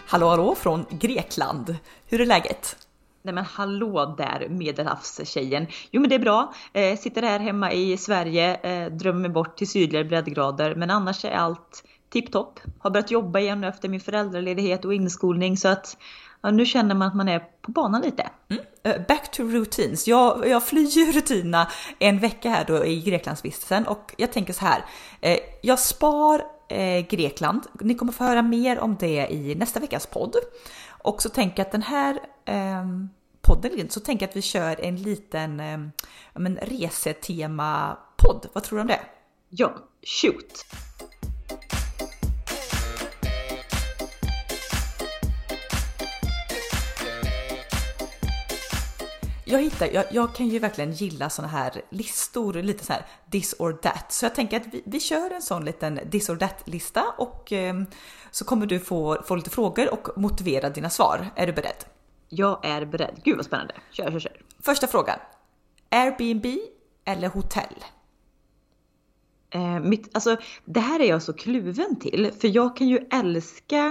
Hallå från Grekland. Hur är läget? Nej men hallå där medelhavstjejen. Jo men det är bra. Sitter här hemma i Sverige, drömmer mig bort till sydligare breddgrader. Men annars är allt tipptopp. Har börjat jobba igen efter min föräldraledighet och inskolning. Så att ja, nu känner man att man är på banan lite. Back to routines. Jag flyr rutinerna en vecka här då i Greklandsvistelsen. Och jag tänker så här. Jag spar Grekland. Ni kommer få höra mer om det i nästa veckas podd. Och så tänker jag att den här podden, så tänker jag att vi kör en liten resetema-podd. Vad tror du om det? Ja, shoot! Jag kan ju verkligen gilla såna här listor, lite så här this or that. Så jag tänker att vi kör en sån liten this or that-lista och så kommer du få lite frågor och motivera dina svar. Är du beredd? Jag är beredd. Gud vad spännande. Kör. Första frågan. Airbnb eller hotell? Det här är jag så kluven till. För jag kan ju älska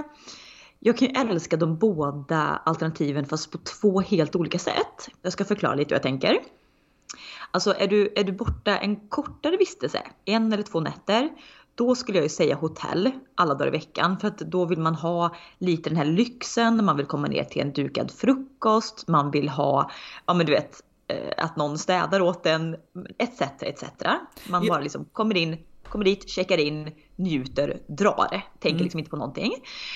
de båda alternativen fast på två helt olika sätt. Jag ska förklara lite hur jag tänker. Alltså är du borta en kortare vistelse, 1 eller 2 nätter, då skulle jag ju säga hotell alla dagar i veckan. För att då vill man ha lite den här lyxen, man vill komma ner till en dukad frukost, man vill ha, ja men du vet, att någon städar åt en, etc. Man bara liksom kommer dit, checkar in, njuter, drar. Tänker liksom inte på någonting.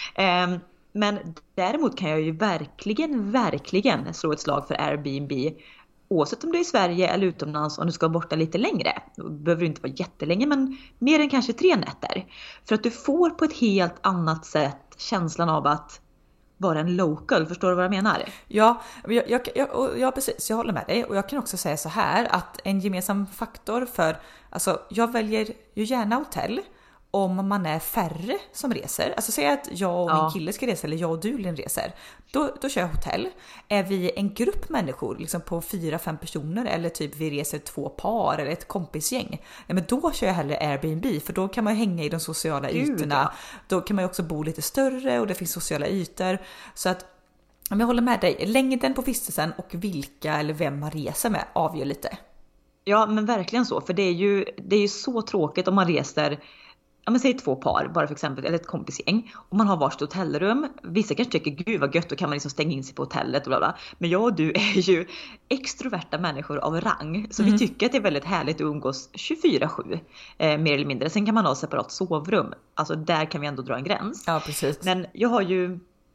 Men däremot kan jag ju verkligen slå ett slag för Airbnb. Oavsett om du är i Sverige eller utomlands, om du ska vara borta lite längre. Då behöver du inte vara jättelänge, men mer än kanske 3 nätter. För att du får på ett helt annat sätt känslan av att vara en local. Förstår du vad jag menar? Ja, jag precis, jag håller med dig. Och jag kan också säga så här att en gemensam faktor för, alltså jag väljer ju gärna hotell om man är färre som reser. Alltså säg att jag och min kille ska resa, eller jag och du reser. Då kör jag hotell. Är vi en grupp människor liksom på 4-5 personer, eller typ vi reser 2 par eller ett kompisgäng, men då kör jag hellre Airbnb, för då kan man hänga i de sociala ytorna. Då kan man ju också bo lite större och det finns sociala ytor. Så att om jag håller med dig, längden på vistelsen och vilka eller vem man reser med avgör lite. Ja, men verkligen så. För det är ju så tråkigt om man reser, ja men säg 2 par bara för exempel, eller ett kompisgäng, och man har varsitt hotellrum. Vissa kanske tycker gud vad gött, då kan man liksom stänga in sig på hotellet och bla bla. Men jag och du är ju extroverta människor av rang, så vi tycker att det är väldigt härligt att umgås 24/7 mer eller mindre. Sen kan man ha separat sovrum, alltså där kan vi ändå dra en gräns. Ja, precis. Men jag har ju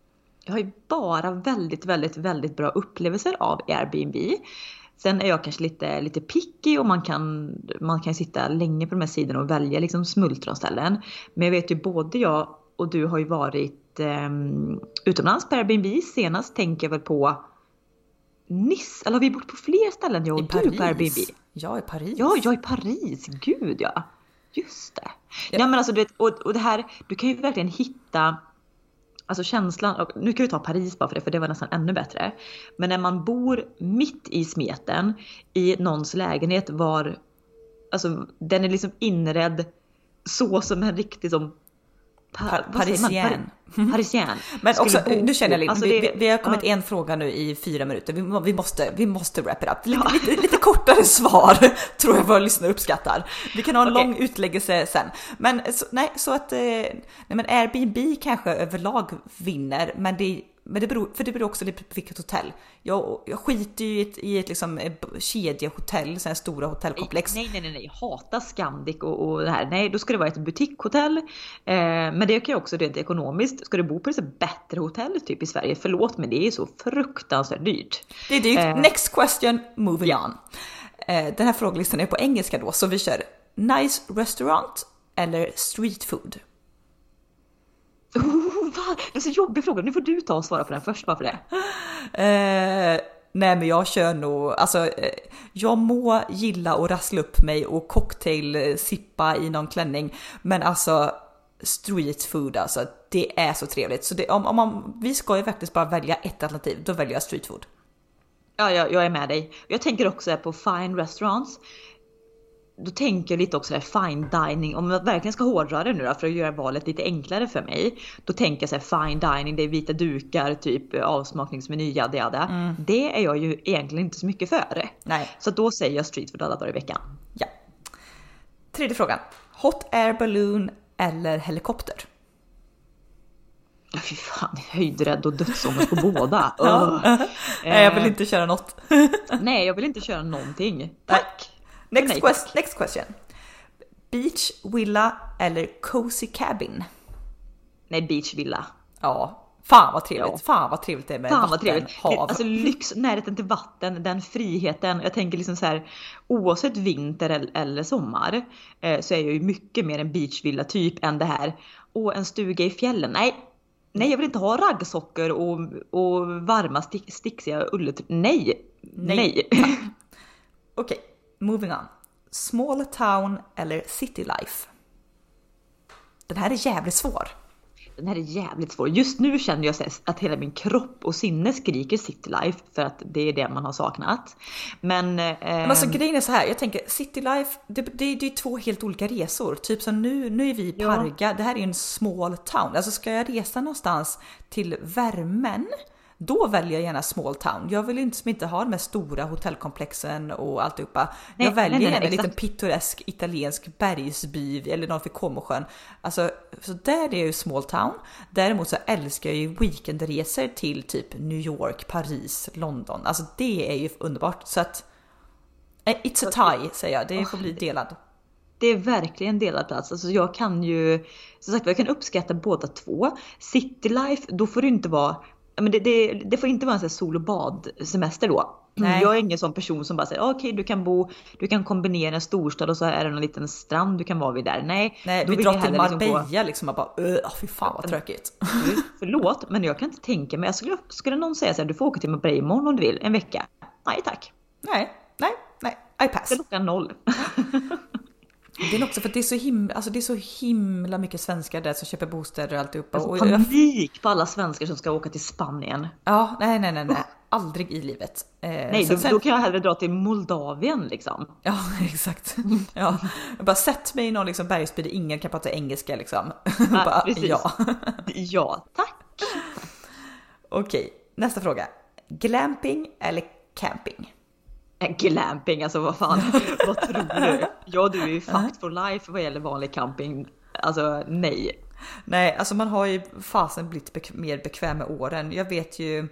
bara väldigt bra upplevelser av Airbnb. Sen är jag kanske lite picky, och man kan sitta länge på de här sidorna och välja liksom smultronställen. Men jag vet ju, både jag och du har ju varit utomlands på Airbnb. Senast tänker jag väl på Nice. Eller har vi bott på fler ställen, jag och du, på Airbnb? Ja, i Paris. Ja, jag i Paris. Gud ja. Just det. Ja, men alltså du vet, och det här, du kan ju verkligen hitta, alltså känslan, och nu kan vi ta Paris bara för det var nästan ännu bättre. Men när man bor mitt i smeten i någons lägenhet, alltså den är liksom inredd så som en riktig som Parisien. Parisien. Men också, nu känner jag lite, alltså vi har kommit en fråga nu i 4 minuter. Vi måste wrap it up. Lite kortare svar tror jag våra lyssnare uppskattar. Vi kan ha en lång utläggelse sen. Men men Airbnb kanske överlag vinner, men det beror också lite på vilket hotell. Jag skiter ju i ett liksom kedjehotell, så här stora hotellkomplex. Nej. Hata Scandic och det här. Nej, då ska det vara ett butikshotell. Men det kan ju också rent ekonomiskt. Ska du bo på ett bättre hotell typ i Sverige? Förlåt, men det är så fruktansvärt dyrt. Det är dyrt. Next question, moving on. Den här frågelistan är på engelska då, så vi kör nice restaurant eller street food. Det är så jobbig fråga. Nu får du ta och svara på den först, bara för det. Nej, men jag kör nog, alltså jag må gilla att rassla upp mig och cocktail-sippa i någon klänning, men alltså street food, alltså det är så trevligt. Så det, vi ska ju faktiskt bara välja ett alternativ, då väljer jag street food. Ja, jag är med dig. Jag tänker också på fine restaurants. då tänker jag lite också där fine dining. Om jag verkligen ska hårdra det nu då, för att göra valet lite enklare för mig. Då tänker jag så här fine dining, det är vita dukar, typ avsmakningsmeny, jada. Det är jag ju egentligen inte så mycket för. Nej. Så då säger jag street food alla dagar i veckan. Ja. Tredje frågan. Hot air balloon eller helikopter? Fy fan, höjdrädd och dödsångest på båda. Nej, jag vill inte köra något. Nej, jag vill inte köra någonting. Tack. Next question. Beach villa eller cozy cabin? Nej, beach villa. Ja, fan vad trevligt. Ja. Fan vad trevligt det är med vatten, hav. Alltså lyx, närheten till vatten, den friheten. Jag tänker liksom så här, oavsett vinter eller sommar så är jag ju mycket mer en beachvilla typ än det här. Och en stuga i fjällen. Nej, jag vill inte ha raggsockor och varma sticksiga ullet. Nej. Okej, moving on. Small town eller city life? Den här är jävligt svår. Den här är jävligt svår. Just nu känner jag att hela min kropp och sinne skriker city life, för att det är det man har saknat. Men alltså grejen är så här, jag tänker city life, det är två helt olika resor. Typ som nu är vi i Parga, det här är en small town. Alltså ska jag resa någonstans till värmen, då väljer jag gärna small town. Jag vill inte ha de här stora hotellkomplexen och alltihopa. Jag väljer gärna en liten pittoresk italiensk bergsby eller någon vid Comosjön. Alltså, så där är ju small town. Däremot så älskar jag ju weekendresor till typ New York, Paris, London. Alltså det är ju underbart. Så att it's a tie, säger jag. Det får bli delad. Det är verkligen delad plats. Alltså jag kan ju, som sagt, jag kan uppskatta båda två. City life, då får det inte vara, men det får inte vara en sån här sol- och badsemester då. Nej. Jag är ingen sån person som bara säger okej, du kan kombinera en storstad och så är det en liten strand du kan vara vid där. Nej, vi drar till Marbella liksom och bara fy fan vad tråkigt. Förlåt, men jag kan inte tänka mig. Skulle någon säga så här, du får åka till Marbella imorgon om du vill, en vecka. Nej tack. Nej, I pass. Det lockar 0. Det är också för att det är så himla mycket svenskar där som köper bostäder och alltihopa. Alltså, panik på alla svenskar som ska åka till Spanien. Ja, nej. Aldrig i livet. Då kan jag hellre dra till Moldavien liksom. Ja, exakt. Ja. Jag bara sett mig i någon liksom bergsby där ingen kan prata engelska liksom. Bara, precis. Ja, tack. Okej, nästa fråga. Glamping eller camping? Glamping, alltså vad fan, vad tror du? Ja, du är ju fucked for life vad gäller vanlig camping. Alltså nej. Nej, alltså man har ju fasen blivit mer bekväm med åren. Jag vet ju,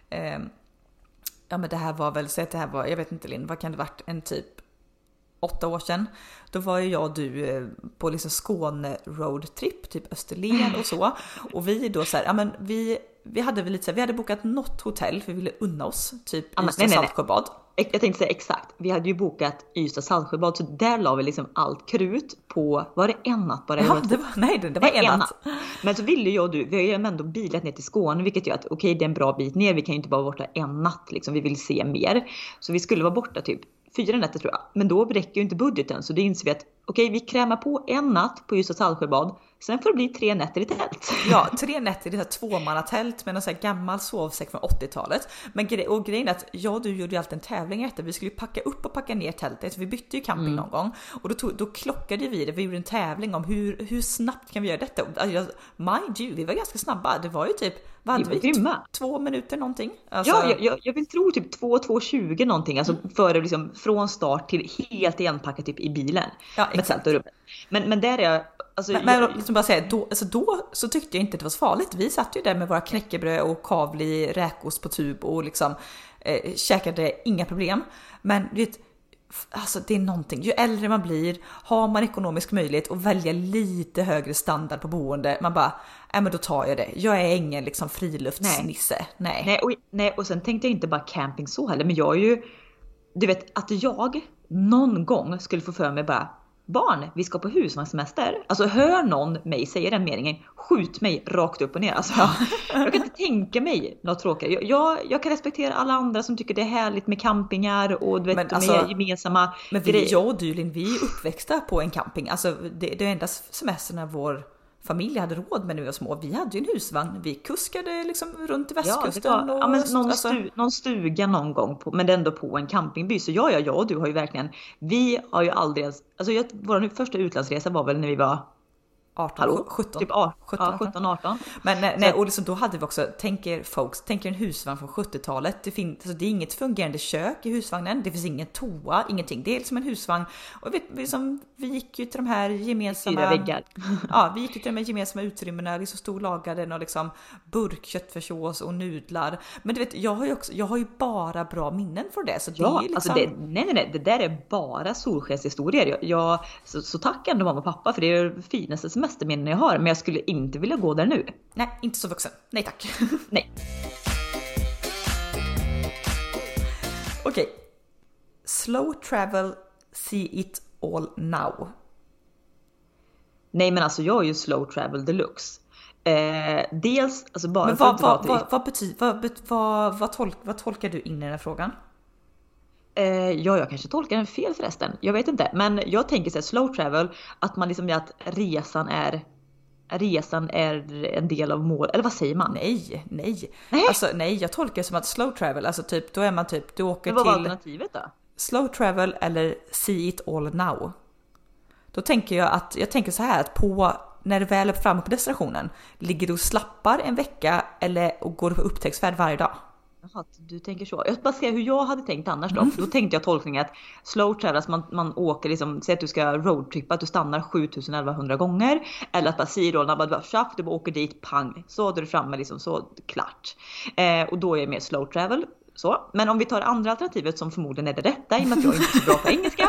men det här var väl, jag vet inte Linn, vad kan det varit, en typ 8 år sedan. Då var ju jag och du på liksom Skåne roadtrip, typ Österlen och så. Och vi då så här, vi hade bokat något hotell för vi ville unna oss, typ Ystad Saltsjöbad. Jag tänkte säga exakt, vi hade ju bokat Ystad Saltsjöbad, så där la vi liksom allt krut på, var det en natt bara? Ja, det var en natt. Men så ville jag och du, vi har ju ändå bilat ner till Skåne, vilket gör att okej, det är en bra bit ner, vi kan ju inte bara vara borta en natt liksom, vi vill se mer. Så vi skulle vara borta typ 4 nätter tror jag, men då räcker ju inte budgeten, så det inser vi att okej, vi krämar på en natt på Ystad Saltsjöbad. Sen får det bli 3 nätter i tält. Ja, 3 nätter i det här 2-mannatält med en sån här gammal sovsäck från 80-talet. Men grejen är att jag och du gjorde ju alltid en tävling efter. Vi skulle ju packa upp och packa ner tältet. Så vi bytte ju camping någon gång. Och då klockade vi det. Vi gjorde en tävling om hur snabbt kan vi göra detta. Alltså, mind you, vi var ganska snabba. Det var ju typ, vad hade vi? 2 minuter någonting. Alltså... Ja, jag vill tro typ 2:20 någonting. Alltså före liksom, från start till helt igenpackat typ i bilen. Ja, exakt. Men där är jag... Alltså, men liksom bara säga, då så tyckte jag inte det var så farligt. Vi satt ju där med våra knäckebröd och kavlig räkost på tub och liksom käkade inga problem. Men du vet, alltså det är någonting. Ju äldre man blir, har man ekonomisk möjlighet att välja lite högre standard på boende, man bara, men då tar jag det. Jag är ingen liksom friluftsnisse. Nej, och sen tänkte jag inte bara camping så heller, men jag är ju, du vet, att jag någon gång skulle få för mig bara, barn, vi ska på husvagnssemester. Alltså hör någon mig säga den meningen, skjut mig rakt upp och ner. Alltså, jag kan inte tänka mig något tråkigt. Jag kan respektera alla andra som tycker det är härligt med campingar och du vet, de är gemensamma. Men jag och du, Linn, vi är uppväxta på en camping. Alltså det är endast semesterna vår familj hade råd med när vi var små. Vi hade ju en husvagn, vi kuskade liksom runt i västkusten. Ja, men någon stuga någon gång, men ändå på en campingby. Så jag och du har ju verkligen, vi har ju aldrig ens, alltså vår första utlandsresa var väl när vi var 17. Typ 17-18. Men nej, och liksom då hade vi också, tänker en husvagn från 70-talet. Det är inget fungerande kök i husvagnen. Det finns ingen toa, ingenting. Det är liksom en husvagn. Och vi gick ju till de här gemensamma... 4 väggar. Ja, vi gick ju till de här gemensamma utrymmena. Liksom stod lagade och liksom köttfärssås och nudlar. Men du vet, jag har ju bara bra minnen för det. Så det är liksom... alltså nej. Det där är bara solskenshistorier. Så tack ändå mamma och pappa, för det är det finaste semesterminnen jag har, men jag skulle inte vilja gå där nu. Nej, inte så vuxen. Nej tack. Nej. Okej. Slow travel, see it all now. Nej, men alltså jag är ju slow travel deluxe. Dels, alltså bara men vad tolkar du in i den här frågan? Jag kanske tolkar den fel förresten. Jag vet inte. Men jag tänker så här, slow travel, att man liksom, att resan är en del av mål. Eller vad säger man? Nej. Alltså nej, jag tolkar det som att slow travel, alltså typ, då är man typ, du åker till... Men vad var alternativet då? Slow travel eller see it all now. Då tänker jag tänker så här, att när du väl är framme på destinationen, ligger du och slappar en vecka och går på upptäcktsfärd varje dag? Jaha, du tänker så. Jag bara säga hur jag hade tänkt annars då. För då tänkte jag tolkningen att slow travel, alltså man åker liksom, säg att du ska roadtrippa, att du stannar 7100 gånger. Eller att bara sidorna, du bara åker dit, pang. Så är du framme liksom, så klart. Och då är jag mer slow travel. Så. Men om vi tar andra alternativet som förmodligen är det rätta, i och med att jag inte är så bra på engelska.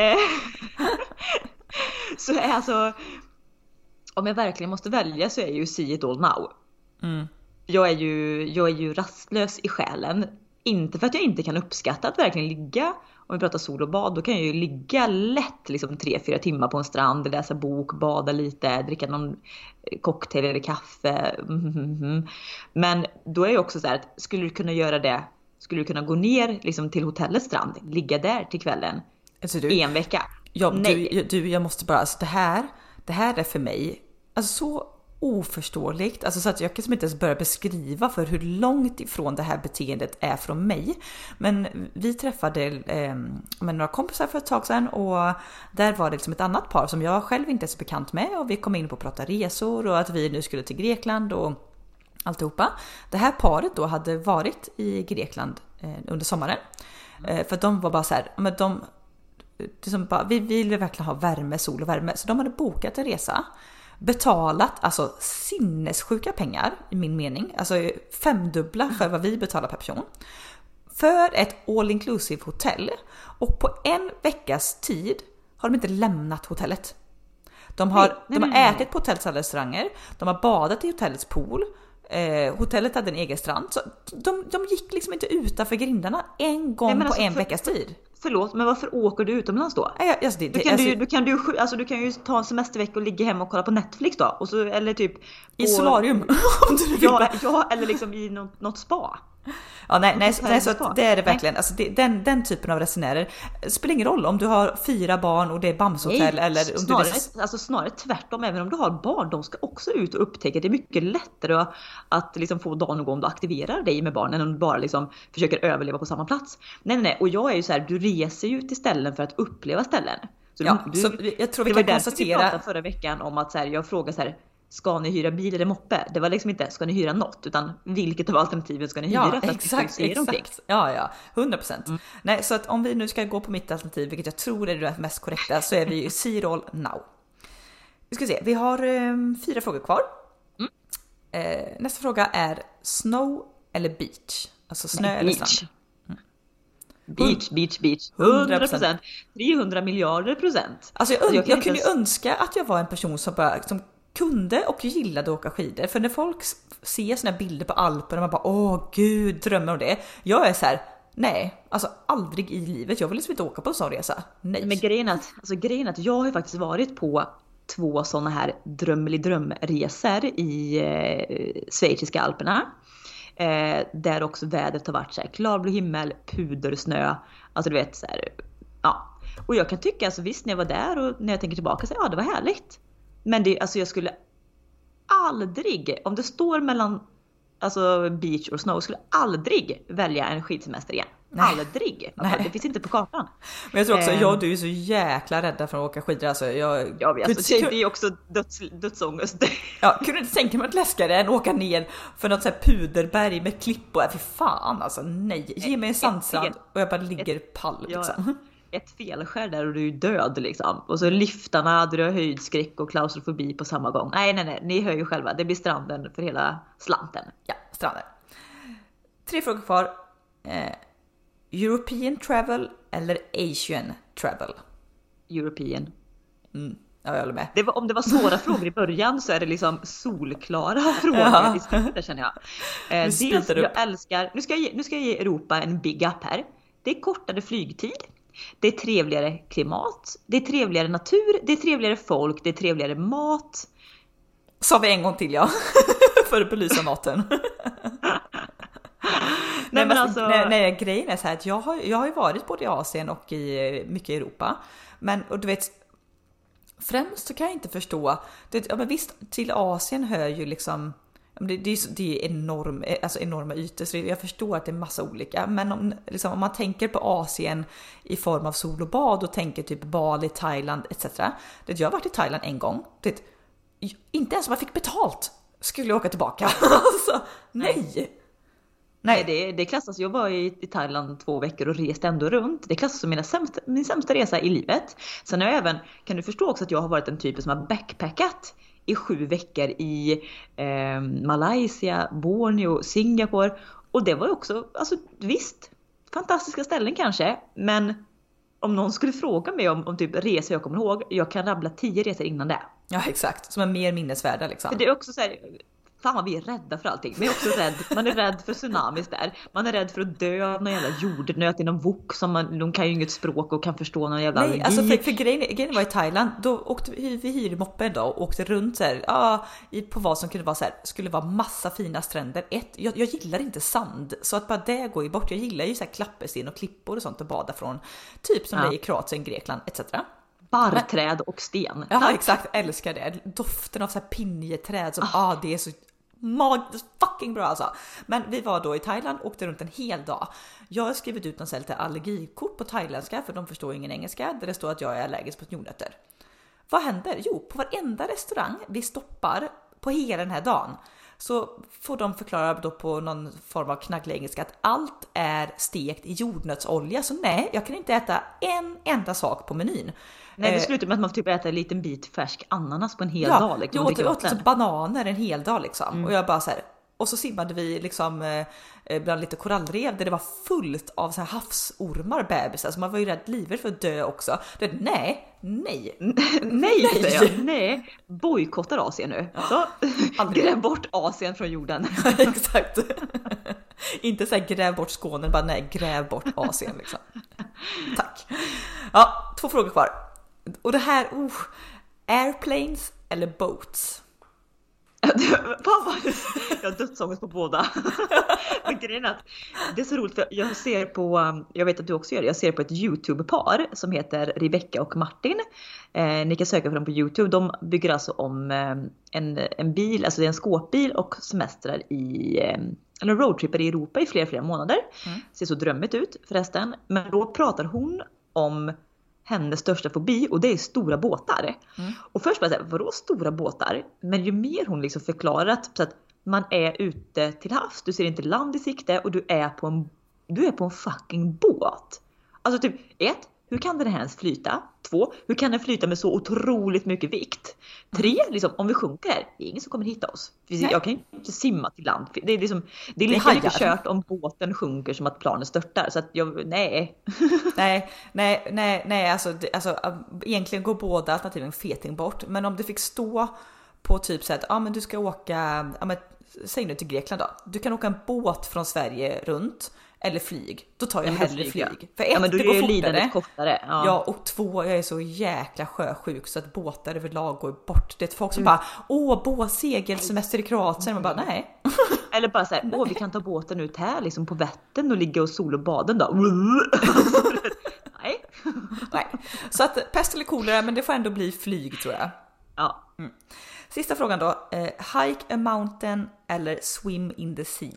Så är alltså, om jag verkligen måste välja, så är ju see it all now. Jag är ju rastlös i själen. Inte för att jag inte kan uppskatta att verkligen ligga, om vi pratar sol och bad, då kan jag ju ligga lätt liksom 3-4 timmar på en strand, läsa bok, bada lite, dricka någon cocktail eller kaffe. Men då är jag också så här, att skulle du kunna göra det, skulle du kunna gå ner liksom till hotellets strand, ligga där till kvällen, alltså i en vecka? Jag måste bara, alltså det här är för mig alltså så oförståeligt, alltså så att jag kan inte ens börja beskriva för hur långt ifrån det här beteendet är från mig. Men vi träffade med några kompisar för ett tag sedan, och där var det liksom ett annat par som jag själv inte är så bekant med, och vi kom in på att prata resor och att vi nu skulle till Grekland och alltihopa. Det här paret då hade varit i Grekland under sommaren, för de var bara så här, men vi ville verkligen ha värme, sol och värme, så de hade bokat en resa, betalat alltså sinnessjuka pengar i min mening, alltså 5-dubbla för vad vi betalar per person, för ett all inclusive hotell, och på en veckas tid har de inte lämnat hotellet. De har ätit på hotellets alla restauranger, de har badat i hotellets pool, hotellet hade en egen strand, så de gick liksom inte utanför grindarna en gång på en veckas tid. Förlåt, men varför åker du utomlands då? Du kan ju ta en semestervecka och ligga hemma och kolla på Netflix då, och så, eller typ i solarium. ja, eller liksom i något spa. Ja, nej, så det är det verkligen. Alltså den typen av resenärer, spelar ingen roll om du har 4 barn och det är Bamshotell, eller om snarare tvärtom. Även om du har barn, de ska också ut och upptäcka. Det är mycket lättare att liksom få dagen att gå om du aktiverar dig med barnen, än om du bara liksom försöker överleva på samma plats. Nej, och jag är ju så här, du reser ju till ställen för att uppleva ställen. Så så jag tror vi kan konstatera, vi pratade förra veckan om att så här, jag frågade så här, ska ni hyra bil eller moppe? Det var liksom inte, ska ni hyra något? Utan vilket av alternativen ska ni hyra? Exakt. Ja, 100%. Nej, så att om vi nu ska gå på mitt alternativ, vilket jag tror är det mest korrekta, så är vi ju see it all now. Vi ska se, vi har 4 frågor kvar. Nästa fråga är snow eller beach? Alltså snö eller strand? Beach. 100%. 300 miljarder procent. Alltså jag kunde ju önska att jag var en person som kunde och gillade att åka skidor. För när folk ser såna bilder på Alperna, man bara, åh gud, drömmer om det. Jag är så här, nej, alltså aldrig i livet. Jag vill liksom inte åka på en sån resa. Nej. Men grejen att jag har ju faktiskt varit på 2 såna här drömresor i schweiziska Alperna. Där också vädret har varit så här, klarblå himmel, pudersnö. Alltså du vet så här, ja. Och jag kan tycka, alltså visst, när jag var där och när jag tänker tillbaka så ja, det var härligt. Men det, alltså jag skulle aldrig, om det står mellan alltså beach och snow, skulle aldrig välja en skidsemester igen. Nej. Aldrig. Alltså, det finns inte på kartan. Men jag tror också, du är så jäkla rädda för att åka skidor. Alltså, det är också dödsångest. Ja, kunde inte tänka mig att läskare än åka ner för något så här puderberg med klippor. Fy fan alltså, nej. Ge mig en sandstrand och jag bara ligger pall liksom. Ett felskär där och du är död liksom. Och så lyftarna, du har höjdskräck och klaustrofobi på samma gång. Nej, ni hör ju själva. Det blir stranden för hela slanten. Ja, stranden. 3 frågor kvar. European travel eller Asian travel? European. Ja, jag håller med. Om det var svåra frågor i början så är det liksom solklara frågor i slutet, känner jag. Dels, jag älskar, nu ska jag ge Europa en big up här. Det är kortare flygtid. Det är trevligare klimat. Det är trevligare natur. Det är trevligare folk. Det är trevligare mat. Sa vi en gång till, ja. För att belysa maten. Nej, grejen är så här att jag har ju varit både i Asien och i mycket i Europa. Och du vet, främst så kan jag inte förstå. Men visst, till Asien hör ju liksom... Det är enorma ytor, så jag förstår att det är massa olika. Men om man tänker på Asien i form av sol och bad och tänker typ Bali, Thailand etc. Jag har varit i Thailand en gång. Inte ens om jag fick betalt skulle jag åka tillbaka. Alltså, nej. Det klassas. Jag var i Thailand 2 veckor och reste ändå runt. Det klassas som min sämsta resa i livet. Sen har jag även, kan du förstå också att jag har varit en typ som har backpackat i 7 veckor i Malaysia, Borneo, Singapore. Och det var ju också, alltså visst, fantastiska ställen kanske. Men om någon skulle fråga mig om typ resor jag kommer ihåg, jag kan rabbla 10 resor innan det. Ja, exakt. Som är mer minnesvärda liksom. För det är också så här... Fan vad vi är rädda för allting. Men också man är rädd för tsunamis där. Man är rädd för att dö av någon jävla jordnöt i någon vok som de kan ju inget språk och kan förstå någon jävla allergi. Alltså för grejen var i Thailand, då åkte vi hyrde moppe då och åkte runt så här, på vad som kunde vara så här, skulle vara massa fina stränder. Jag gillar inte sand, så att bara det går ju bort. Jag gillar ju så här klappersten och klippor och sånt att bada från, typ som det är i Kroatien, Grekland etc. Barrträd och sten. Ja, exakt, älskar det. Doften av så här pinjeträd som det är så fucking bra alltså. Men vi var då i Thailand och åkte runt en hel dag. Jag har skrivit ut något lite allergikort på thailändska, för de förstår ingen engelska, där det står att jag är allergisk på jordnötter. Vad händer? Jo, på varenda restaurang vi stoppar på hela den här dagen så får de förklara då på någon form av knagglig engelska att allt är stekt i jordnötsolja. Så nej, jag kan inte äta en enda sak på menyn. Nej, det slutar med att man typ äter en liten bit färsk ananas på en hel dag. Liksom, jag åt så bananer en hel dag liksom. Och jag bara så här, och så simmade vi liksom bland lite korallrev där det var fullt av så här havsormar, bebisar. Så man var ju rädd livrädd för att dö också. Nej. Bojkottar Asien nu. Så gräv bort Asien från jorden. Exakt. Inte så här gräv bort Skåne, bara nej, gräv bort Asien liksom. Tack. Ja, 2 frågor kvar. Och det här, airplanes eller boats? Jag har dödsångest på båda. Men grejen är att det är så roligt, för jag ser på, jag vet att du också gör det, jag ser på ett YouTube-par som heter Rebecca och Martin. Ni kan söka för dem på YouTube. De bygger alltså om en bil, alltså det är en skåpbil, och semestrar eller roadtripper i Europa i flera månader. Ser så drömmigt ut förresten. Men då pratar hon om hennes största fobi, och det är stora båtar. Och först bara så här, vadå stora båtar? Men ju mer hon liksom förklarat så att man är ute till havs, du ser inte land i sikte och du är på en fucking båt. Alltså typ 1, hur kan den ens flyta? 2, hur kan den flyta med så otroligt mycket vikt? 3, liksom, om vi sjunker här, det är ingen som kommer hitta oss. Jag kan inte simma till land. Det är lika mycket kört om båten sjunker som att planen störtar. Så att nej. nej, alltså egentligen går båda alternativen feting bort. Men om det fick stå på typ så att men du ska åka, säg nu till Grekland då. Du kan åka en båt från Sverige runt. Eller flyg. Då tar jag hellre flyg. För 1, men då det går är lidandet kortare. Ja, och 2, jag är så jäkla sjösjuk så att båtar överlag går bort. Det är folk som bara, segelsemester i Kroatien. Man bara, nej. Eller bara så här, vi kan ta båten ut här liksom på Vättern och ligga och sol och baden då. Nej. Så att pest eller kolera, men det får ändå bli flyg tror jag. Ja. Sista frågan då. Hike a mountain eller swim in the sea?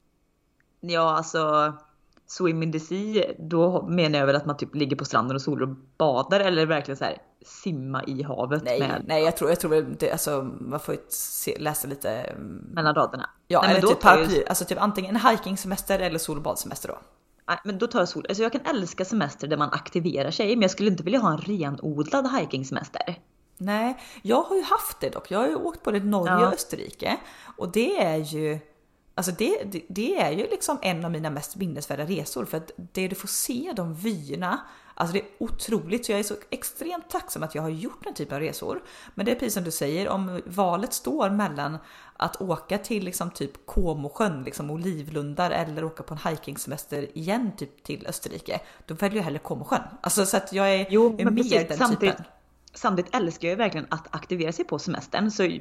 Ja, alltså swim in the sea, då menar jag väl att man typ ligger på stranden och solar och badar, eller verkligen så här simma i havet. Nej, jag tror väl det, alltså man får ju läsa lite mellan raderna. Ja, nej, eller typ paraply, alltså typ antingen en hikingsemester eller sol- och badsemester då. Nej, men då tar jag sol. Alltså jag kan älska semester där man aktiverar sig, men jag skulle inte vilja ha en renodlad hikingsemester. Nej, jag har ju haft det dock. Jag har ju åkt både Norge och Österrike, och det är ju alltså det är ju liksom en av mina mest minnesvärda resor, för att det du får se, de vyerna, alltså det är otroligt. Så jag är så extremt tacksam att jag har gjort den typen av resor. Men det är precis som du säger, om valet står mellan att åka till liksom typ Comosjön, liksom Olivlundar, eller åka på en hikingsemester igen typ till Österrike, då väljer jag hellre Comosjön. Alltså så att jag är mer precis, den typen. Samtidigt älskar jag ju verkligen att aktivera sig på semestern. Så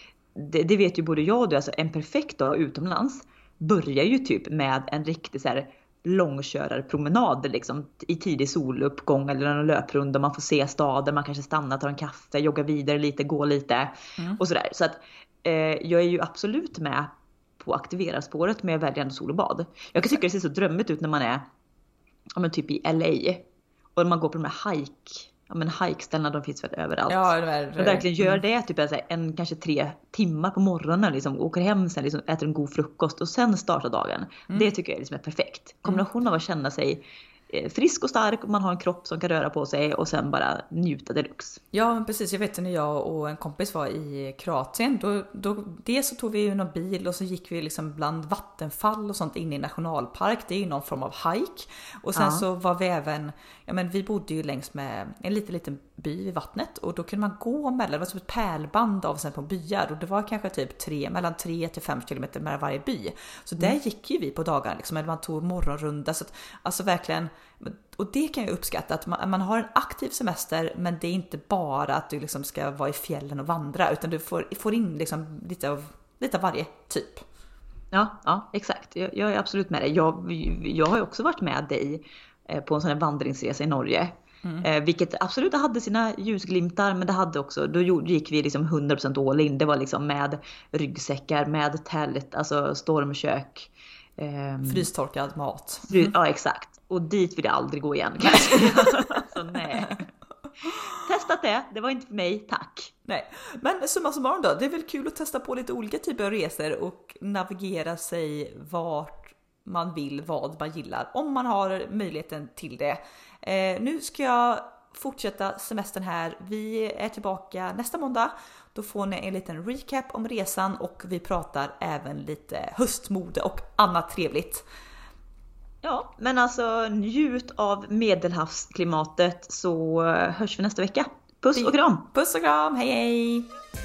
det vet ju både jag och du, alltså en perfekt dag utomlands börjar ju typ med en riktig så här långkörarpromenad liksom, i tidig soluppgång, eller en löprunda. Man får se staden, man kanske stannar, tar en kaffe, joggar vidare lite, går lite och sådär. Så att jag är ju absolut med på aktiverarspåret, med väldigt sol och bad. Jag kan tycka det ser så drömmigt ut när man är typ i LA och man går på de här hike-ställena, de finns väl överallt. Ja, men verkligen gör det typ kanske 3 timmar på morgonen, liksom, åker hem sen, liksom, äter en god frukost och sen startar dagen. Det tycker jag liksom är perfekt. Kombination av att känna sig frisk och stark, och man har en kropp som kan röra på sig, och sen bara njuta deluxe. Ja, men precis. Jag vet när jag och en kompis var i Kroatien, då dels så tog vi ju någon bil och så gick vi liksom bland vattenfall och sånt in i nationalpark. Det är ju någon form av hike. Och sen så var vi även, vi bodde ju längs med en liten by vid vattnet, och då kunde man gå mellan, det var som ett pärlband av sen på byar, och det var kanske typ mellan 3 till 5 kilometer mellan varje by. Så där gick ju vi på dagarna liksom, eller man tog morgonrunda, så att, alltså verkligen. Och det kan jag uppskatta, att man har en aktiv semester, men det är inte bara att du liksom ska vara i fjällen och vandra, utan du får in liksom lite av varje typ. Ja, exakt. Jag är absolut med dig. Jag har ju också varit med dig på en sån här vandringsresa i Norge. Vilket absolut hade sina ljusglimtar, men det hade också, då gick vi liksom 100% all in. Det var liksom med ryggsäckar, med tält, alltså stormkök, frystorkad mat. Ja, exakt. Och dit vill jag aldrig gå igen, kanske. Alltså, nej. Testat det var inte för mig, tack. Nej, men summa summarum då, det är väl kul att testa på lite olika typer av resor och navigera sig vart man vill, vad man gillar, om man har möjligheten till det. Nu ska jag fortsätta semestern här. Vi är tillbaka nästa måndag. Då får ni en liten recap om resan, och vi pratar även lite höstmode och annat trevligt. Ja, men alltså njut av medelhavsklimatet, så hörs vi nästa vecka. Puss och kram! Puss och kram, hej hej!